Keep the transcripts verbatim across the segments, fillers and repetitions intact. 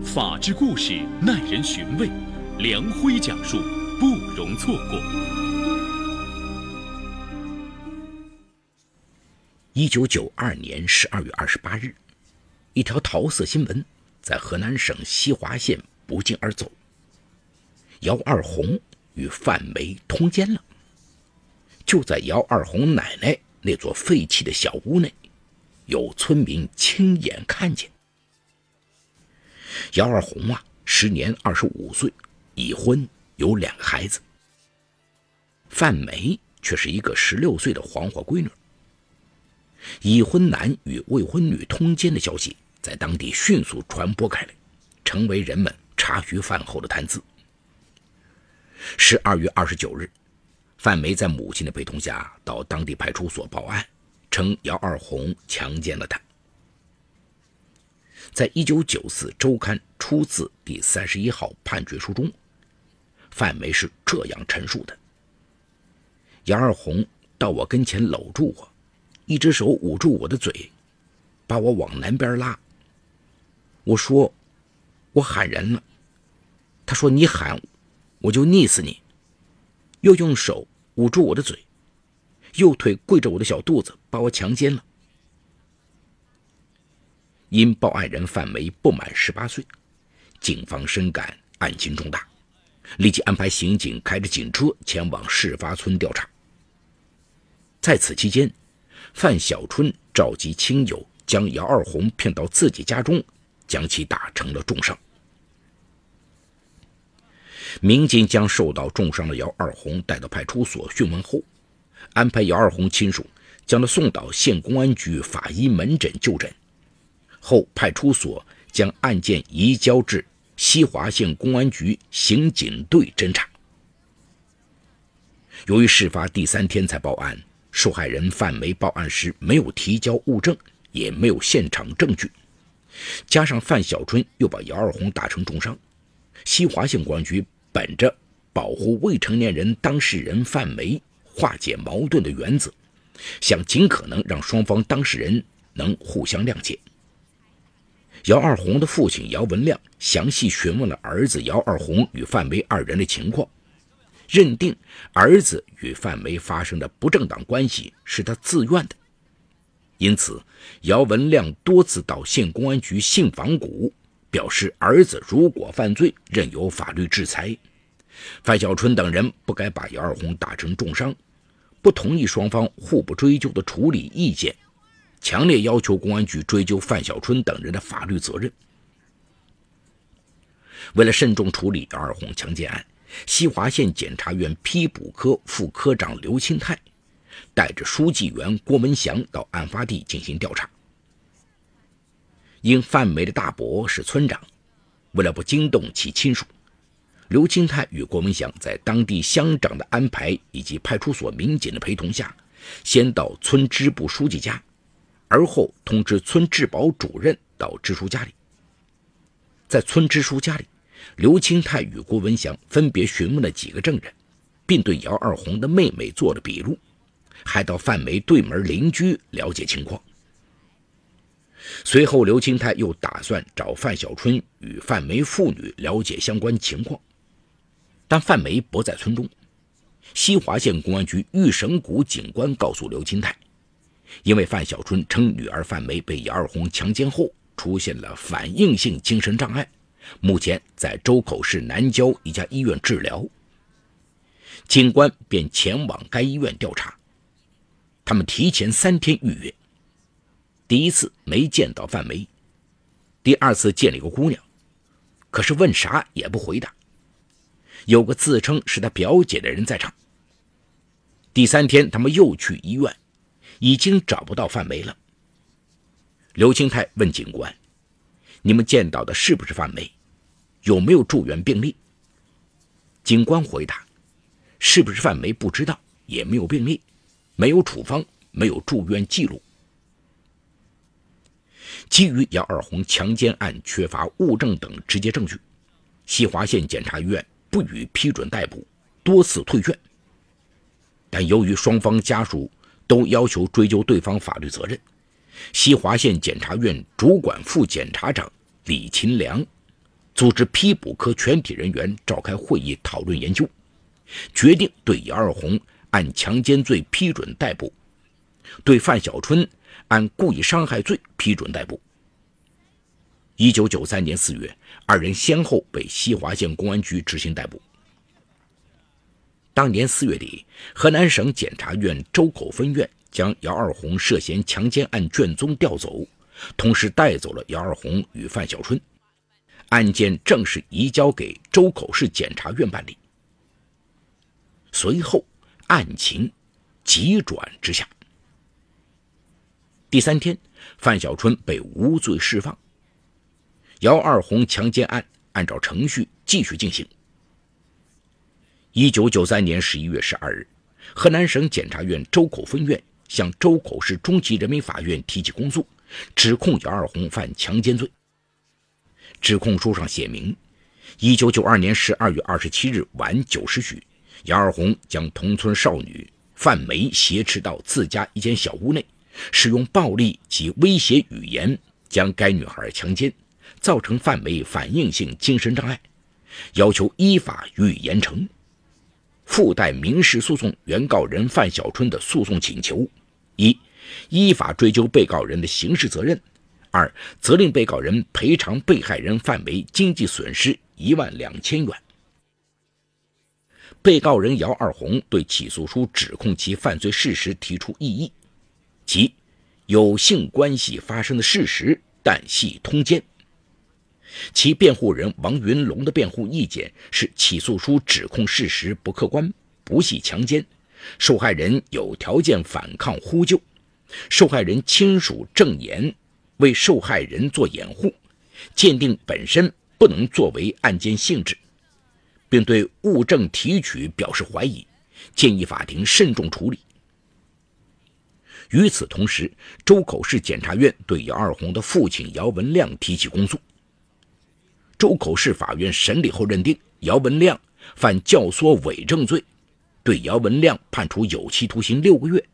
法治故事耐人寻味，梁辉讲述，不容错过。 一九九二年十二月二十八日，一条桃色新闻在河南省西华县不胫而走。姚二红与范梅通奸了。就在姚二红奶奶那座废弃的小屋内，有村民亲眼看见。姚二红啊，时年二十五岁，已婚，有两个孩子。范梅却是一个十六岁的黄花闺女。已婚男与未婚女通奸的消息在当地迅速传播开来，成为人们茶余饭后的谈资。十二月二十九日，范梅在母亲的陪同下到当地派出所报案，称姚二红强奸了她。在一九九四周刊出自第三十一号判决书中，范梅是这样陈述的：姚二红到我跟前搂住我，一只手捂住我的嘴，把我往南边拉。我说我喊人了，他说你喊我就溺死你，又用手捂住我的嘴，右腿跪着我的小肚子，把我强奸了。因报案人范梅不满十八岁，警方深感案情重大，立即安排刑警开着警车前往事发村调查。在此期间，范小春召集亲友将姚二红骗到自己家中，将其打成了重伤。民警将受到重伤的姚二红带到派出所讯问后，安排姚二红亲属将他送到县公安局法医门诊就诊。后派出所将案件移交至西华县公安局刑警队侦查。由于事发第三天才报案，受害人范梅报案时没有提交物证，也没有现场证据，加上范小春又把姚二红打成重伤，西华县公安局本着保护未成年人当事人范梅、化解矛盾的原则，想尽可能让双方当事人能互相谅解。姚二红的父亲姚文亮详细询问了儿子姚二红与范梅二人的情况，认定儿子与范梅发生的不正当关系是他自愿的。因此，姚文亮多次到县公安局信访古，表示儿子如果犯罪，任由法律制裁。范小春等人不该把姚二红打成重伤，不同意双方互不追究的处理意见，强烈要求公安局追究范小春等人的法律责任。为了慎重处理姚二红强奸案，西华县检察院批捕科副科长刘清泰带着书记员郭文祥到案发地进行调查。因范梅的大伯是村长，为了不惊动其亲属，刘清泰与郭文祥在当地乡长的安排以及派出所民警的陪同下，先到村支部书记家，而后通知村治保主任到支书家里。在村支书家里，刘清泰与郭文祥分别询问了几个证人，并对姚二红的妹妹做了笔录，还到范梅对门邻居了解情况。随后，刘清泰又打算找范小春与范梅父女了解相关情况，但范梅不在村中。西华县公安局玉省谷警官告诉刘清泰，因为范小春称女儿范梅被姚二红强奸后出现了反应性精神障碍，目前在周口市南郊一家医院治疗。警官便前往该医院调查，他们提前三天预约。第一次没见到范梅，第二次见了一个姑娘，可是问啥也不回答，有个自称是他表姐的人在场。第三天他们又去医院，已经找不到范梅了。刘清泰问警官，你们见到的是不是范梅？有没有住院病历？警官回答，是不是范梅不知道，也没有病历，没有处方，没有住院记录。基于姚二红强奸案缺乏物证等直接证据，西华县检察院不予批准逮捕，多次退卷。但由于双方家属都要求追究对方法律责任，西华县检察院主管副检察长李勤良组织批捕科全体人员召开会议讨论研究，决定对姚二红按强奸罪批准逮捕，对范小春按故意伤害罪批准逮捕。一九九三年四月，二人先后被西华县公安局执行逮捕。当年四月底，河南省检察院周口分院将姚二红涉嫌强奸案卷宗调走，同时带走了姚二红与范小春，案件正式移交给周口市检察院办理。随后案情急转直下。第三天，范小春被无罪释放，姚二红强奸案按照程序继续进行。一九九三年十一月十二日，河南省检察院周口分院向周口市中级人民法院提起公诉，指控姚二红犯强奸罪。指控书上写明，一九九二年十二月二十七日晚九时许，姚二红将同村少女范梅挟持到自家一间小屋内，使用暴力及威胁语言将该女孩强奸，造成范梅反应性精神障碍，要求依法予以严惩。附带民事诉讼原告人范小春的诉讼请求：一、依法追究被告人的刑事责任；二、责令被告人赔偿被害人范梅经济损失一万两千元。被告人姚二红对起诉书指控其犯罪事实提出异议，即有性关系发生的事实，但系通奸。其辩护人王云龙的辩护意见是起诉书指控事实不客观，不系强奸，受害人有条件反抗呼救，受害人亲属证言为受害人做掩护，鉴定本身不能作为案件性质，并对物证提取表示怀疑，建议法庭慎重处理。与此同时，周口市检察院对姚二红的父亲姚文亮提起公诉。周口市法院审理后认定姚文亮犯教唆伪证罪，对姚文亮判处有期徒刑六个月。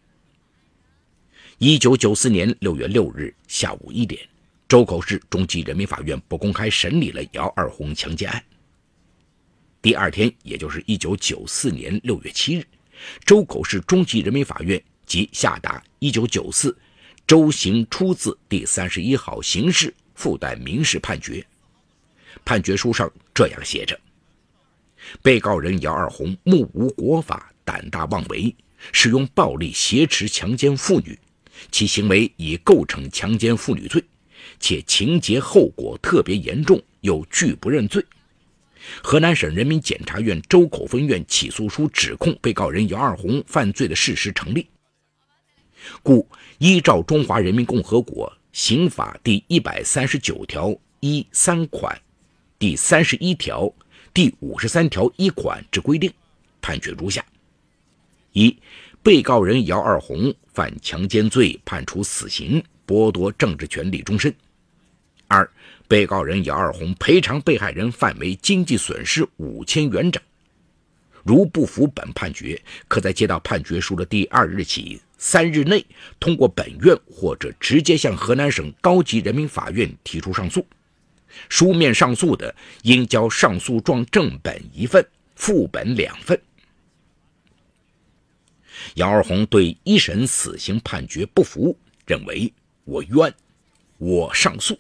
一九九四年六月六日下午一点，周口市中级人民法院不公开审理了姚二红强奸案。第二天，也就是一九九四年六月七日，周口市中级人民法院即下达一九九四周刑出自第三十一号刑事附带民事判决。判决书上这样写着：被告人姚二红目无国法，胆大妄为，使用暴力挟持强奸妇女，其行为已构成强奸妇女罪，且情节后果特别严重，又拒不认罪。河南省人民检察院周口分院起诉书指控被告人姚二红犯罪的事实成立，故依照中华人民共和国刑法第一百三十九条一三款、第三十一条、第五十三条一款之规定，判决如下：一、被告人姚二红犯强奸罪，判处死刑，剥夺政治权利终身；二、被告人姚二红赔偿被害人范梅经济损失五千元整。如不服本判决，可在接到判决书的第二日起三日内，通过本院或者直接向河南省高级人民法院提出上诉。书面上诉的，应交上诉状正本一份，副本两份。姚二红对一审死刑判决不服，认为我冤，我上诉。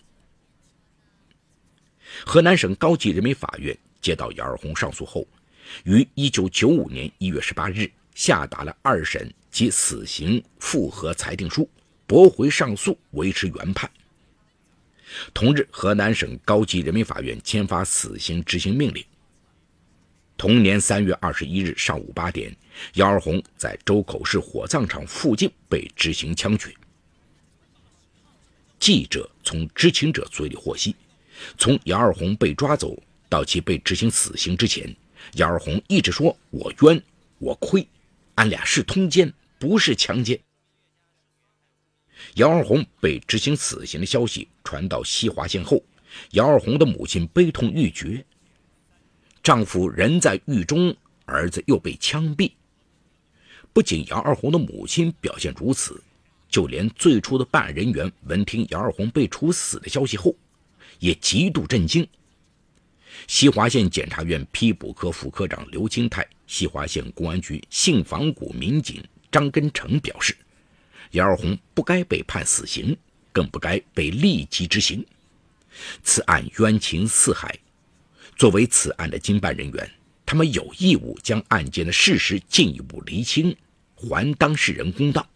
河南省高级人民法院接到姚二红上诉后，于一九九五年一月十八日下达了二审及死刑复核裁定书，驳回上诉，维持原判。同日，河南省高级人民法院签发死刑执行命令。同年三月二十一日上午八点，姚二红在周口市火葬场附近被执行枪决。记者从知情者嘴里获悉，从姚二红被抓走到其被执行死刑之前，姚二红一直说我冤，我亏，俺俩是通奸，不是强奸。姚二红被执行死刑的消息传到西华县后，姚二红的母亲悲痛欲绝，丈夫人在狱中，儿子又被枪毙。不仅姚二红的母亲表现如此，就连最初的办案人员闻听姚二红被处死的消息后，也极度震惊， 西华县检察院批捕科副科长刘清泰、西华县公安局信访股民警张根成表示，姚二红不该被判死刑，更不该被立即执行。此案冤情四海，作为此案的经办人员，他们有义务将案件的事实进一步厘清，还当事人公道。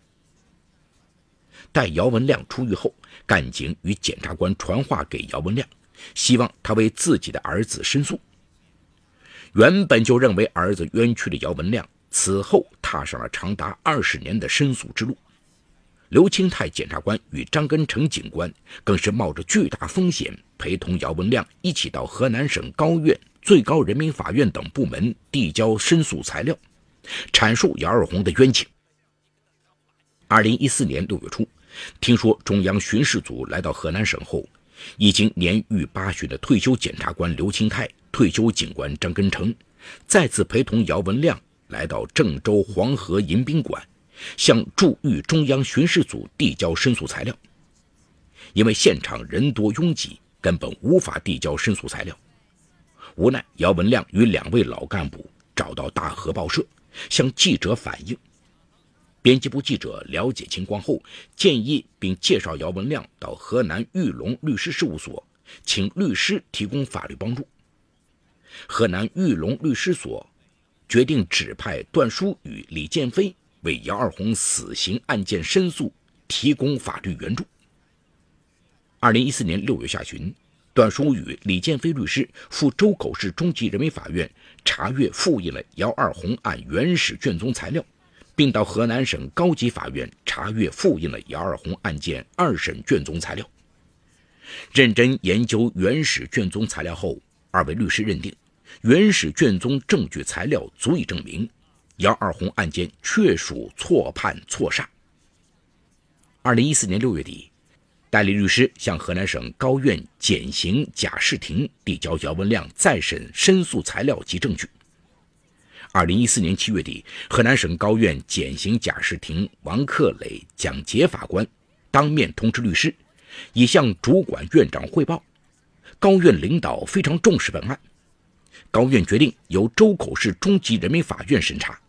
待姚文亮出狱后，干警与检察官传话给姚文亮，希望他为自己的儿子申诉。原本就认为儿子冤屈的姚文亮，此后踏上了长达二十年的申诉之路。刘清泰检察官与张根成警官更是冒着巨大风险，陪同姚文亮一起到河南省高院、最高人民法院等部门递交申诉材料，阐述姚二红的冤情。二零一四年六月初，听说中央巡视组来到河南省后，已经年逾八旬的退休检察官刘清泰、退休警官张根成再次陪同姚文亮来到郑州黄河迎宾馆，向驻豫中央巡视组递交申诉材料。因为现场人多拥挤，根本无法递交申诉材料。无奈姚文亮与两位老干部找到大河报社，向记者反映。编辑部记者了解情况后，建议并介绍姚文亮到河南玉龙律师事务所，请律师提供法律帮助。河南玉龙律师所决定指派段书宇、李建飞为姚二红死刑案件申诉提供法律援助。二零一四年六月下旬，段书宇、李建飞律师赴周口市中级人民法院查阅复印了姚二红案原始卷宗材料，并到河南省高级法院查阅复印了姚二红案件二审卷宗材料。认真研究原始卷宗材料后，二位律师认定原始卷宗证据材料足以证明姚二红案件确属错判错杀。二零一四年六月底，代理律师向河南省高院减刑贾世庭递交姚文亮再审申诉材料及证据。二零一四年七月底，河南省高院减刑贾世庭、王克磊、蒋捷法官当面通知律师，已向主管院长汇报，高院领导非常重视本案，高院决定由周口市中级人民法院审查。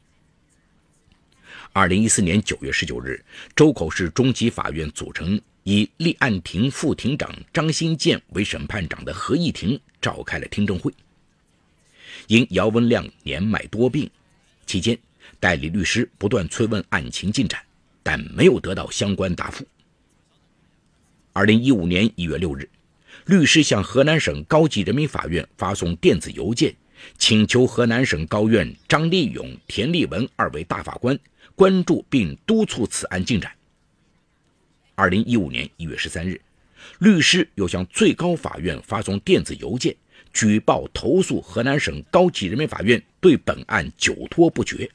二零一四年九月十九日，周口市中级法院组成以立案庭副庭长张新建为审判长的合议庭召开了听证会。因姚文亮年迈多病，期间代理律师不断催问案情进展，但没有得到相关答复。二零一五年一月六日，律师向河南省高级人民法院发送电子邮件，请求河南省高院张立勇、田立文二位大法官关注并督促此案进展。二零一五年一月十三日，律师又向最高法院发送电子邮件，举报投诉河南省高级人民法院对本案久拖不决。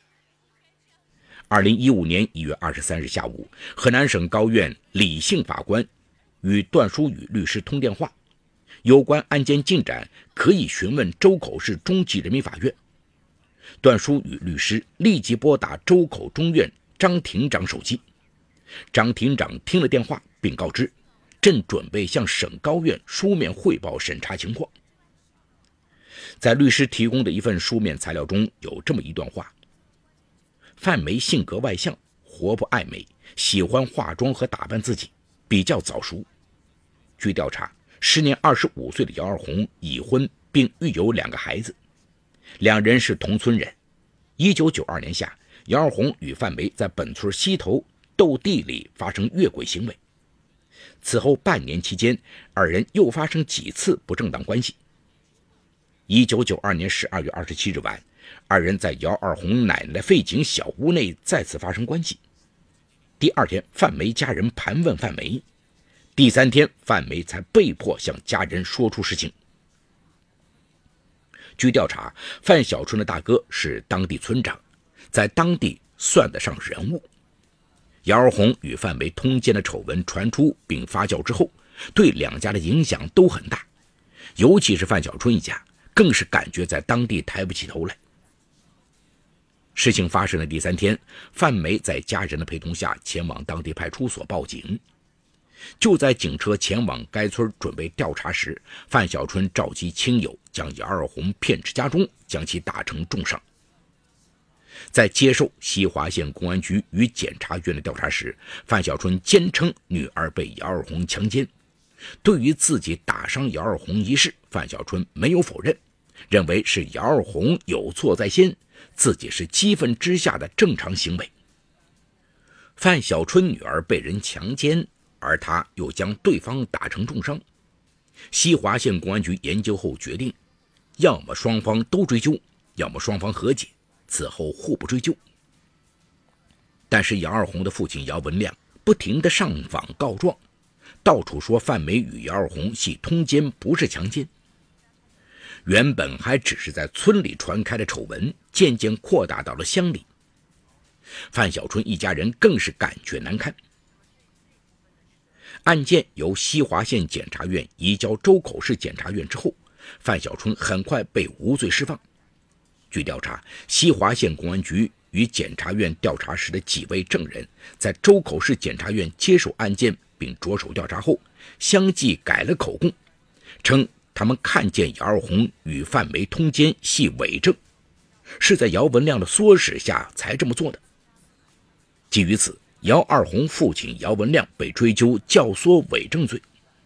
二零一五年一月二十三日下午，河南省高院李姓法官与段书宇律师通电话，有关案件进展可以询问周口市中级人民法院。段书宇律师立即拨打周口中院张庭长手机，张庭长听了电话并告知，正准备向省高院书面汇报审查情况。在律师提供的一份书面材料中有这么一段话：范梅性格外向，活泼爱美，喜欢化妆和打扮自己，比较早熟。据调查，时年二十五岁的姚二红已婚并育有两个孩子，两人是同村人。一九九二年夏，姚二红与范梅在本村西头斗地里发生越轨行为，此后半年期间，二人又发生几次不正当关系。一九九二年十二月二十七日晚，二人在姚二红奶奶的废井小屋内再次发生关系。第二天，范梅家人盘问范梅，第三天，范梅才被迫向家人说出实情。据调查，范小春的大哥是当地村长，在当地算得上人物。姚二红与范梅通奸的丑闻传出并发酵之后，对两家的影响都很大，尤其是范小春一家，更是感觉在当地抬不起头来。事情发生的第三天，范梅在家人的陪同下前往当地派出所报警。 就在警车前往该村准备调查时，范小春召集亲友将姚二红骗至家中，将其打成重伤。在接受西华县公安局与检察院的调查时，范小春坚称女儿被姚二红强奸。对于自己打伤姚二红一事，范小春没有否认，认为是姚二红有错在先，自己是激愤之下的正常行为。范小春女儿被人强奸，而他又将对方打成重伤。西华县公安局研究后决定，要么双方都追究，要么双方和解，此后互不追究。但是姚二红的父亲姚文亮不停地上访告状，到处说范梅与姚二红系通奸，不是强奸。原本还只是在村里传开的丑闻，渐渐扩大到了乡里。范小春一家人更是感觉难堪。案件由西华县检察院移交周口市检察院之后，范小春很快被无罪释放。据调查，西华县公安局与检察院调查时的几位证人，在周口市检察院接手案件并着手调查后，相继改了口供，称他们看见姚二红与范梅通奸系伪证，是在姚文亮的唆使下才这么做的。基于此，姚二红父亲姚文亮被追究教唆伪证罪。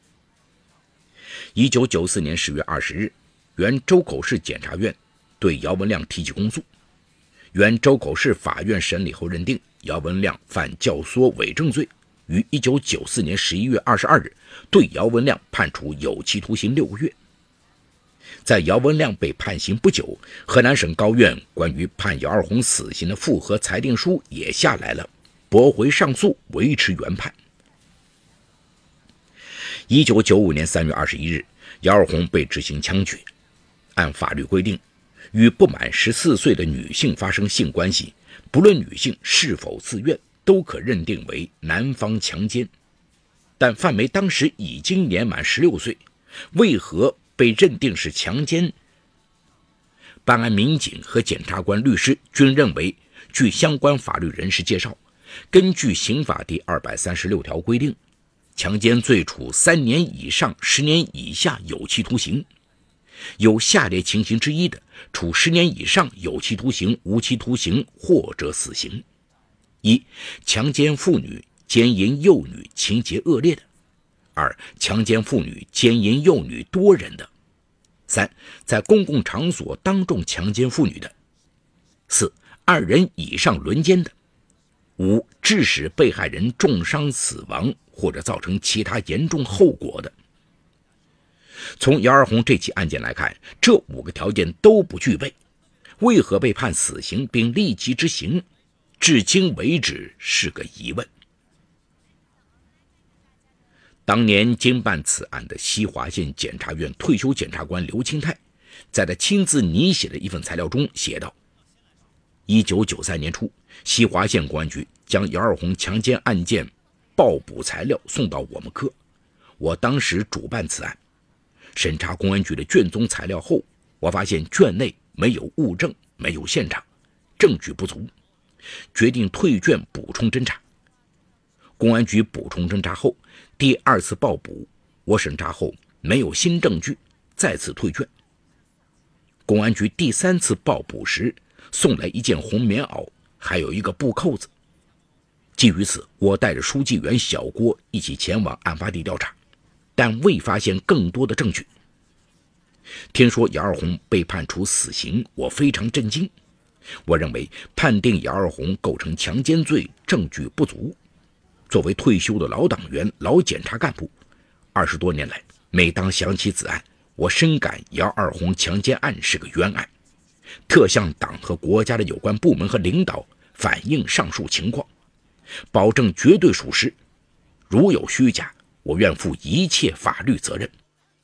一九九四年十月二十日，原周口市检察院对姚文亮提起公诉。原周口市法院审理后认定姚文亮犯教唆伪证罪，于一九九四年十一月二十二日对姚文亮判处有期徒刑六个月。在姚文亮被判刑不久，河南省高院关于判姚二红死刑的复核裁定书也下来了，驳回上诉，维持原判。一九九五年三月二十一日，姚二红被执行枪决。按法律规定，与不满十四岁的女性发生性关系，不论女性是否自愿，都可认定为男方强奸。但范梅当时已经年满十六岁，为何被认定是强奸？办案民警和检察官、律师均认为，据相关法律人士介绍，根据刑法第二百三十六条规定，强奸罪处三年以上十年以下有期徒刑，有下列情形之一的，处十年以上有期徒刑、无期徒刑或者死刑：一、强奸妇女、奸淫幼女情节恶劣的；二、强奸妇女、奸淫幼女多人的；三、在公共场所当众强奸妇女的；四、二人以上轮奸的；五、致使被害人重伤死亡或者造成其他严重后果的。从姚二红这起案件来看，这五个条件都不具备，为何被判死刑并立即执行，至今为止是个疑问。当年经办此案的西华县检察院退休检察官刘清泰，在他亲自拟写的一份材料中写道：一九九三年初，西华县公安局将姚二红强奸案件报捕材料送到我们科，我当时主办此案。审查公安局的卷宗材料后，我发现卷内没有物证，没有现场，证据不足，决定退卷补充侦查。公安局补充侦查后，第二次报捕，我审查后没有新证据，再次退卷。公安局第三次报捕时，送来一件红棉袄，还有一个布扣子。基于此，我带着书记员小郭一起前往案发地调查，但未发现更多的证据。听说姚二红被判处死刑，我非常震惊。我认为判定姚二红构成强奸罪证据不足。作为退休的老党员、老检察干部，二十多年来，每当想起此案，我深感姚二红强奸案是个冤案，特向党和国家的有关部门和领导反映上述情况，保证绝对属实，如有虚假，我愿负一切法律责任。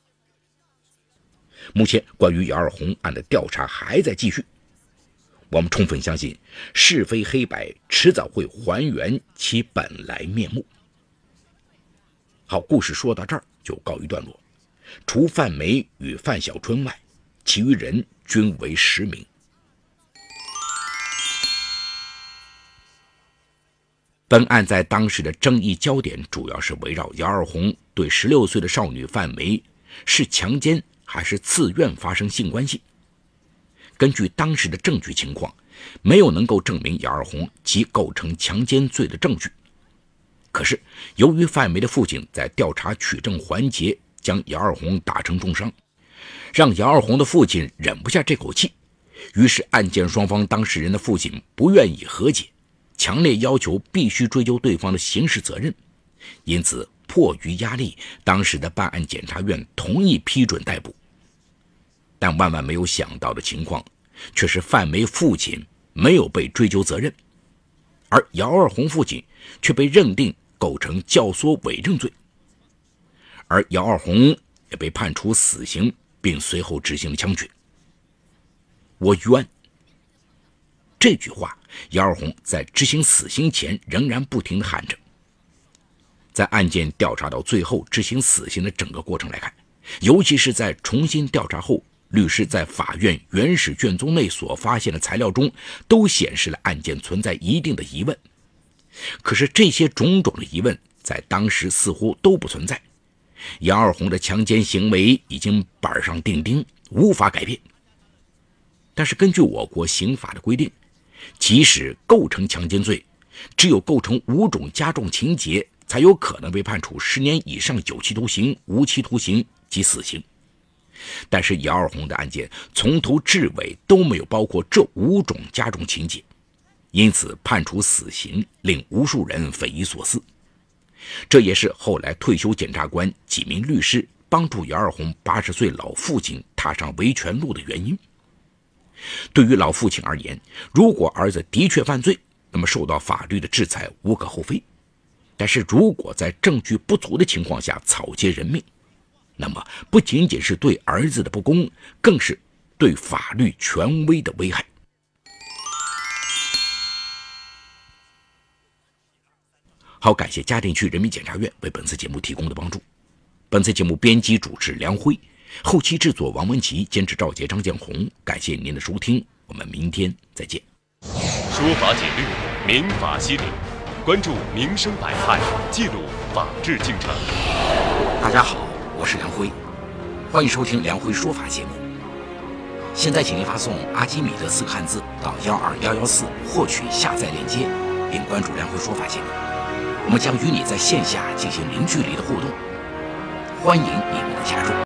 目前关于姚二红案的调查还在继续，我们充分相信是非黑白迟早会还原其本来面目。好，故事说到这儿就告一段落。除范梅与范小春外，其余人均为实名。 本案在当时的争议焦点主要是围绕姚二红对十六岁的少女范梅是强奸还是自愿发生性关系。根据当时的证据情况，没有能够证明姚二红即构成强奸罪的证据。可是由于范梅的父亲在调查取证环节将姚二红打成重伤，让姚二红的父亲忍不下这口气，于是案件双方当事人的父亲不愿意和解，强烈要求必须追究对方的刑事责任。因此迫于压力，当时的办案检察院同意批准逮捕。但万万没有想到的情况却是范梅父亲没有被追究责任，而姚二红父亲却被认定构成教唆伪证罪，而姚二红也被判处死刑，并随后执行了枪决。我冤，这句话姚二红在执行死刑前仍然不停地喊着。在案件调查到最后执行死刑的整个过程来看，尤其是在重新调查后，律师在法院原始卷宗内所发现的材料中都显示了案件存在一定的疑问。可是这些种种的疑问在当时似乎都不存在，姚二红的强奸行为已经板上钉钉，无法改变。但是根据我国刑法的规定，即使构成强奸罪，只有构成五种加重情节才有可能被判处十年以上有期徒刑、无期徒刑及死刑。但是姚二红的案件从头至尾都没有包括这五种加重情节，因此判处死刑令无数人匪夷所思。这也是后来退休检察官几名律师帮助姚二红八十岁老父亲踏上维权路的原因。对于老父亲而言，如果儿子的确犯罪，那么受到法律的制裁无可厚非。但是如果在证据不足的情况下草菅人命，那么不仅仅是对儿子的不公，更是对法律权威的危害。好，感谢嘉定区人民检察院为本次节目提供的帮助。本次节目编辑主持梁辉，后期制作王文琪，监制赵杰、张建红。感谢您的收听，我们明天再见。 说法解律，民法析理，关注民生百态，记录法治进程。 大家好，我是梁辉，欢迎收听梁辉说法节目。现在请您发送阿基米德四个汉字到幺二幺幺四获取下载链接，并关注梁辉说法节目。我们将与你在线下进行零距离的互动，欢迎你们的加入。